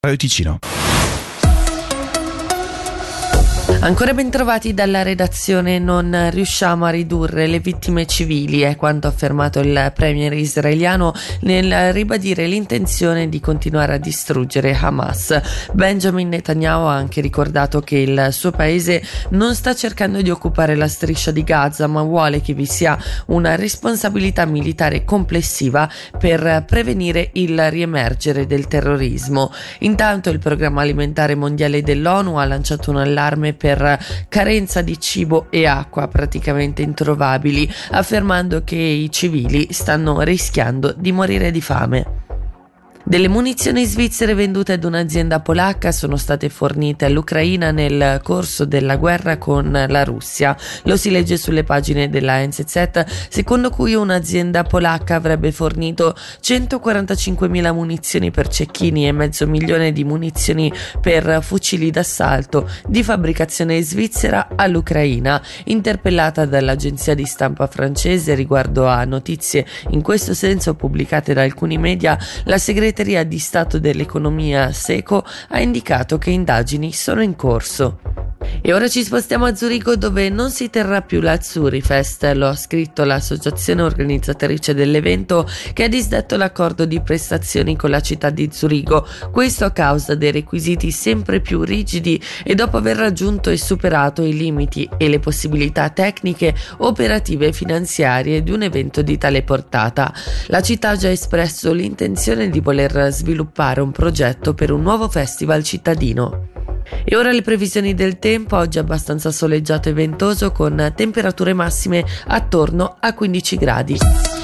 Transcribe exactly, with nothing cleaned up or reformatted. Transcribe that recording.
Radio Ticino. Ancora ben trovati dalla redazione. Non riusciamo a ridurre le vittime civili, è quanto affermato il premier israeliano nel ribadire l'intenzione di continuare a distruggere Hamas. Benjamin Netanyahu ha anche ricordato che il suo paese non sta cercando di occupare la striscia di Gaza, ma vuole che vi sia una responsabilità militare complessiva per prevenire il riemergere del terrorismo. Intanto il Programma Alimentare Mondiale dell'ONU ha lanciato un allarme per carenza di cibo e acqua praticamente introvabili, affermando che i civili stanno rischiando di morire di fame. Delle munizioni svizzere vendute ad un'azienda polacca sono state fornite all'Ucraina nel corso della guerra con la Russia. Lo si legge sulle pagine della N Z Z, secondo cui un'azienda polacca avrebbe fornito centoquarantacinquemila munizioni per cecchini e mezzo milione di munizioni per fucili d'assalto di fabbricazione svizzera all'Ucraina. Interpellata dall'agenzia di stampa francese riguardo a notizie in questo senso pubblicate da alcuni media, la segreteria di Stato dell'Economia SECO ha indicato che indagini sono in corso. E ora ci spostiamo a Zurigo, dove non si terrà più l'Azzurifest. Lo ha scritto l'associazione organizzatrice dell'evento, che ha disdetto l'accordo di prestazioni con la città di Zurigo, questo a causa dei requisiti sempre più rigidi e dopo aver raggiunto e superato i limiti e le possibilità tecniche, operative e finanziarie di un evento di tale portata. La città ha già espresso l'intenzione di voler sviluppare un progetto per un nuovo festival cittadino. E ora le previsioni del tempo: oggi abbastanza soleggiato e ventoso con temperature massime attorno a quindici gradi.